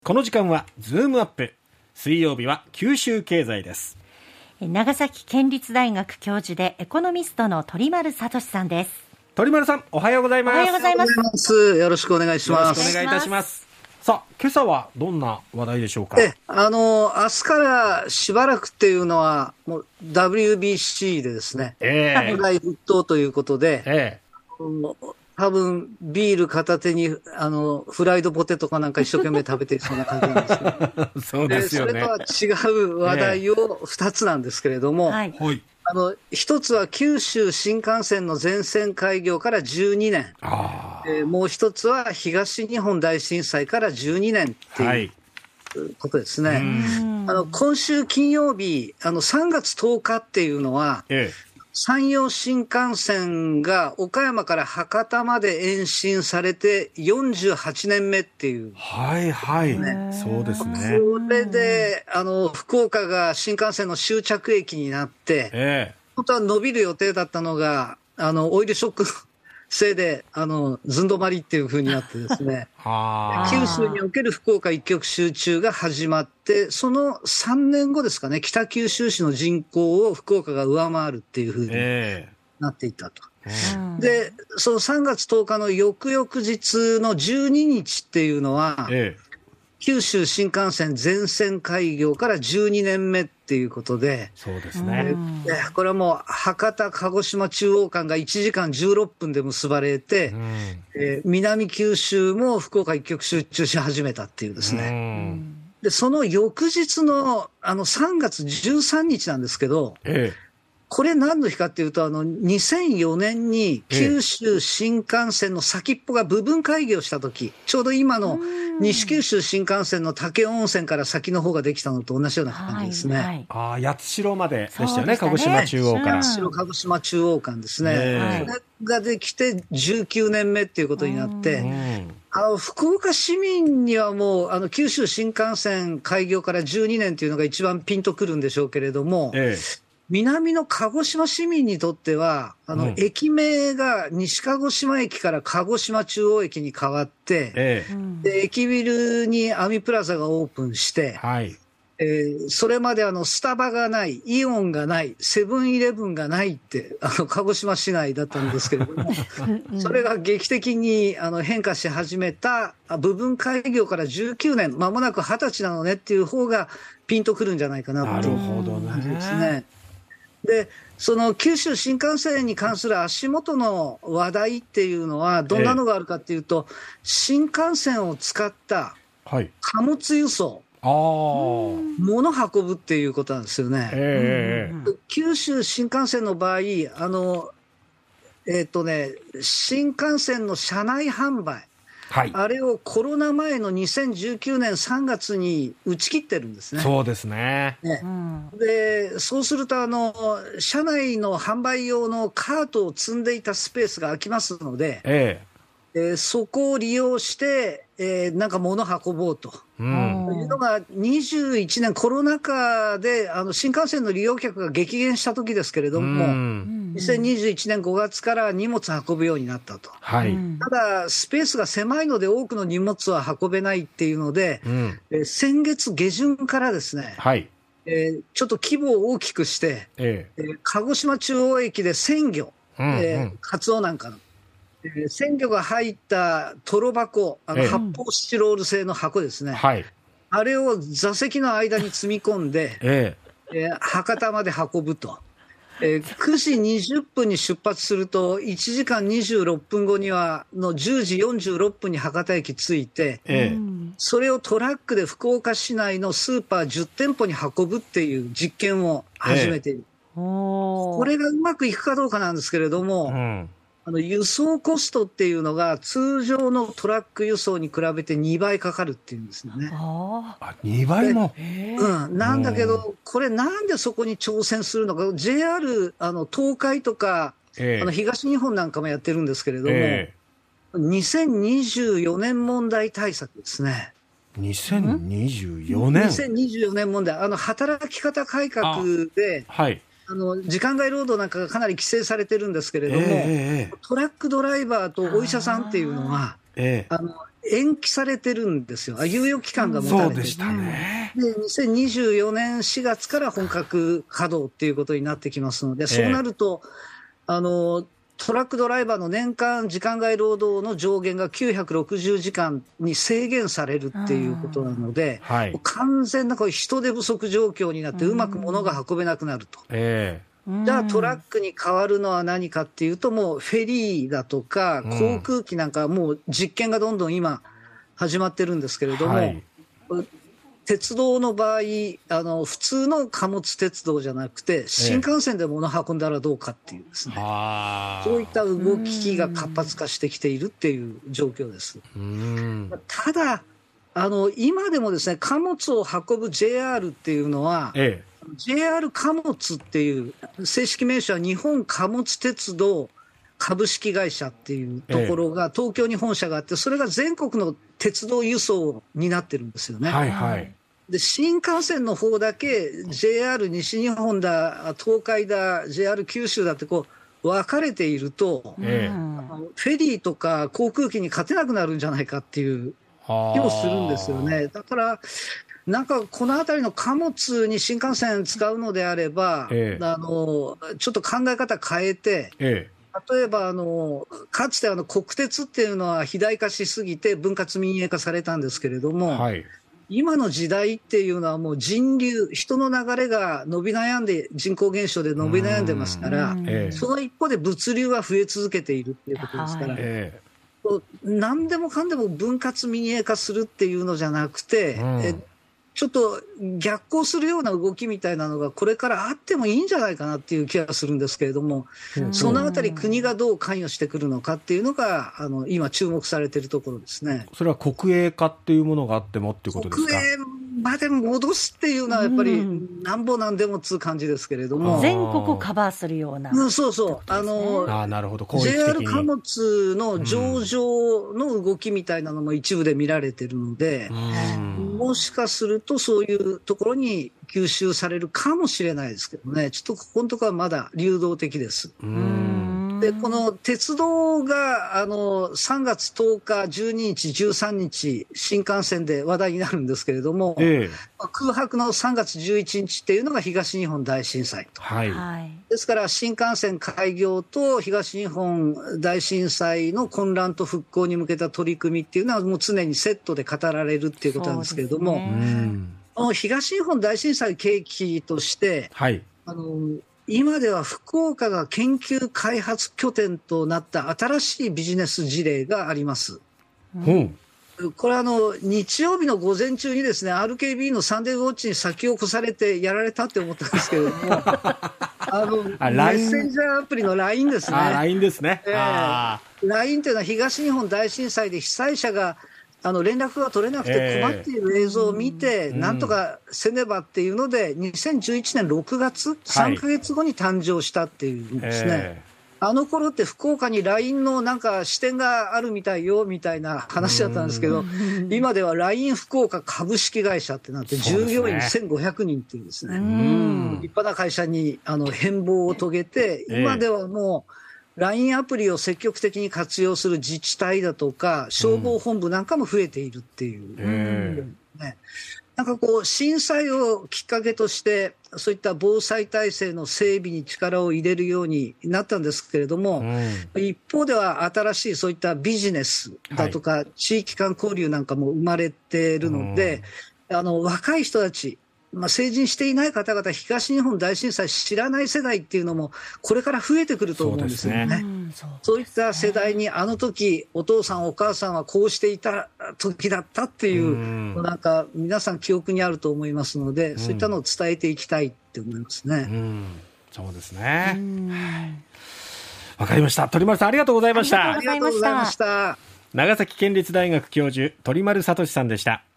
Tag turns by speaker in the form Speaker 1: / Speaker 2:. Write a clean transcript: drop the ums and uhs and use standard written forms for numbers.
Speaker 1: この時間はズームアップ、水曜日は九州経済です。
Speaker 2: 長崎県立大学教授でエコノミストの鳥丸聡さんです。
Speaker 1: 鳥丸さん、おはようございます。
Speaker 2: おはようございます。
Speaker 3: よろしくお願いします。
Speaker 1: よろしくお願いいたします。さあ、今朝はどんな話題でしょうか。
Speaker 3: 明日からしばらくっていうのはもう WBC でですね、大沸騰ということで、多分ビール片手にフライドポテトかなんか一生懸命食べていそうな感じなんですけど
Speaker 1: そうですよね。
Speaker 3: それとは違う話題を2つなんですけれども、一つは九州新幹線の全線開業から12年、もう一つは東日本大震災から12年っていうことですね。今週金曜日、3月10日っていうのは、山陽新幹線が岡山から博多まで延伸されて48年目っていう。
Speaker 1: そうですね。
Speaker 3: これで、福岡が新幹線の終着駅になって、本当は伸びる予定だったのが、オイルショックせいで、ずんどまりっていう風になってですね、九州における福岡一極集中が始まって、その3年後ですかね、北九州市の人口を福岡が上回るっていう風になっていったと。で、その3月10日の翌々日の12日っていうのは、九州新幹線全線開業から12年目っていうことで、
Speaker 1: そうですね。
Speaker 3: これはもう博多鹿児島中央間が1時間16分で結ばれて、南九州も福岡一極集中し始めたっていうですね。で、その翌日の3月13日なんですけど、これ何の日かっていうと、2004年に九州新幹線の先っぽが部分開業したとき、ちょうど今の西九州新幹線の武雄温泉から先の方ができたのと同じような感じですね。
Speaker 1: 八代まででしたよね、鹿児島中央から。
Speaker 3: 八代鹿児島中央間ですね。それができて19年目っていうことになって、福岡市民にはもう九州新幹線開業から12年というのが一番ピンとくるんでしょうけれども、南の鹿児島市民にとっては、駅名が西鹿児島駅から鹿児島中央駅に変わって、で駅ビルにアミプラザがオープンして、それまでスタバがない、イオンがない、セブンイレブンがないって、鹿児島市内だったんですけれども、それが劇的に変化し始めた、部分開業から19年、間もなく20歳なのねっていう方がピンとくるんじゃないかなという感じですね。で、その九州新幹線に関する足元の話題っていうのは、どんなのがあるかっていうと、新幹線を使った貨物輸送、物運ぶっていうことなんですよね。九州新幹線の場合、新幹線の車内販売、あれをコロナ前の2019年3月に打ち切ってるんですね。
Speaker 1: そうですね。
Speaker 3: で、そうすると車内の販売用のカートを積んでいたスペースが空きますので、そこを利用して、なんか物運ぼうというのが21年コロナ禍で新幹線の利用客が激減した時ですけれども、2021年5月から荷物運ぶようになったと。ただスペースが狭いので多くの荷物は運べないっていうので、先月下旬からですね、ちょっと規模を大きくして、鹿児島中央駅で鮮魚、カツオなんかの鮮魚が入ったトロ箱、発泡スチロール製の箱ですね。あれを座席の間に積み込んで、博多まで運ぶと。9時20分に出発すると、1時間26分後には、10時46分に博多駅着いて、それをトラックで福岡市内のスーパー10店舗に運ぶっていう実験を始めている。これがうまくいくかどうかなんですけれども、輸送コストっていうのが通常のトラック輸送に比べて2倍かかるっていうんですよね。
Speaker 1: 2倍も。
Speaker 3: なんだけど、これなんでそこに挑戦するのか、JR 東海とか、東日本なんかもやってるんですけれども、2024年問題対策ですね。
Speaker 1: 2024年
Speaker 3: ?2024 年問題。働き方改革で、時間外労働なんかがかなり規制されてるんですけれども、トラックドライバーとお医者さんっていうのは、 延期されてるんですよ。猶予期間が持たれてる。
Speaker 1: そうでしたね。
Speaker 3: で、2024年4月から本格稼働っていうことになってきますので、そうなると、トラックドライバーの年間時間外労働の上限が960時間に制限されるっていうことなので、
Speaker 1: はい、
Speaker 3: 完全なこう人手不足状況になって、うまく物が運べなくなると。じゃあトラックに代わるのは何かっていうと、もうフェリーだとか航空機なんかもう実験がどんどん今始まってるんですけれども、はい、鉄道の場合普通の貨物鉄道じゃなくて新幹線で物運んだらどうかっていうですね、そういった動きが活発化してきているっていう状況です。ただ今でもですね、貨物を運ぶ JR っていうのは、JR 貨物っていう正式名称は日本貨物鉄道株式会社っていうところが東京に本社があって、それが全国の鉄道輸送になってるんですよね。
Speaker 1: はいはい、
Speaker 3: で新幹線の方だけ JR 西日本だ、東海だ、 JR 九州だってこう分かれていると、フェリーとか航空機に勝てなくなるんじゃないかっていう気もするんですよね。だからなんかこのあたりの貨物に新幹線使うのであれば、ちょっと考え方変えて、例えばかつて国鉄っていうのは肥大化しすぎて分割民営化されたんですけれども、はい、今の時代っていうのはもう人流、人の流れが伸び悩んで、人口減少で伸び悩んでますから、その一方で物流は増え続けているっていうことですから、何でもかんでも分割民営化するっていうのじゃなくて、ちょっと逆行するような動きみたいなのがこれからあってもいいんじゃないかなっていう気がするんですけれども、そのあたり国がどう関与してくるのかっていうのが今注目されているところですね。
Speaker 1: それは国営化っていうものがあってもっていうことですか。
Speaker 3: 国営まで戻すっていうのはやっぱりなんぼなんでもつう感じですけれども、
Speaker 2: 全国をカバーするような、
Speaker 3: そうそう、
Speaker 1: なるほど、
Speaker 3: JR 貨物の上場の動きみたいなのも一部で見られてるので、もしかするとそういうところに吸収されるかもしれないですけどね、ちょっとここのところはまだ流動的です。でこの鉄道が3月10日、12日、13日、新幹線で話題になるんですけれども、空白の3月11日っていうのが東日本大震災と。ですから新幹線開業と東日本大震災の混乱と復興に向けた取り組みっていうのはもう常にセットで語られるっていうことなんですけれども、東日本大震災契機として、今では福岡が研究開発拠点となった新しいビジネス事例があります。これは日曜日の午前中にですね、RKB のサンデーウォッチに先を越されてやられたって思ったんですけれども、メッセンジャーアプリの LINE ですね。
Speaker 1: LINE ですね。
Speaker 3: LINE というのは東日本大震災で被災者が連絡が取れなくて困っている映像を見て、なんとかせねばっていうので、2011年6月、3ヶ月後に誕生したっていうんですね。あの頃って福岡に LINE のなんか支店があるみたいよみたいな話だったんですけど、今では LINE 福岡株式会社ってなって、従業員1500人っていうですね、立派な会社に変貌を遂げて、今ではもう、LINE アプリを積極的に活用する自治体だとか消防本部なんかも増えているっていう、なんかこう震災をきっかけとしてそういった防災体制の整備に力を入れるようになったんですけれども、一方では新しいそういったビジネスだとか地域間交流なんかも生まれているので、若い人たち、成人していない方々、東日本大震災知らない世代っていうのもこれから増えてくると思うんですよね。そういった世代にあの時お父さんお母さんはこうしていた時だったっていう、なんか皆さん記憶にあると思いますので、そういったのを伝えていきたいって思いますね。
Speaker 1: そうですね。わかりました。鳥丸さんありがとうございました。
Speaker 3: ありがとうございました。
Speaker 1: 長崎県立大学教授鳥丸聡さんでした。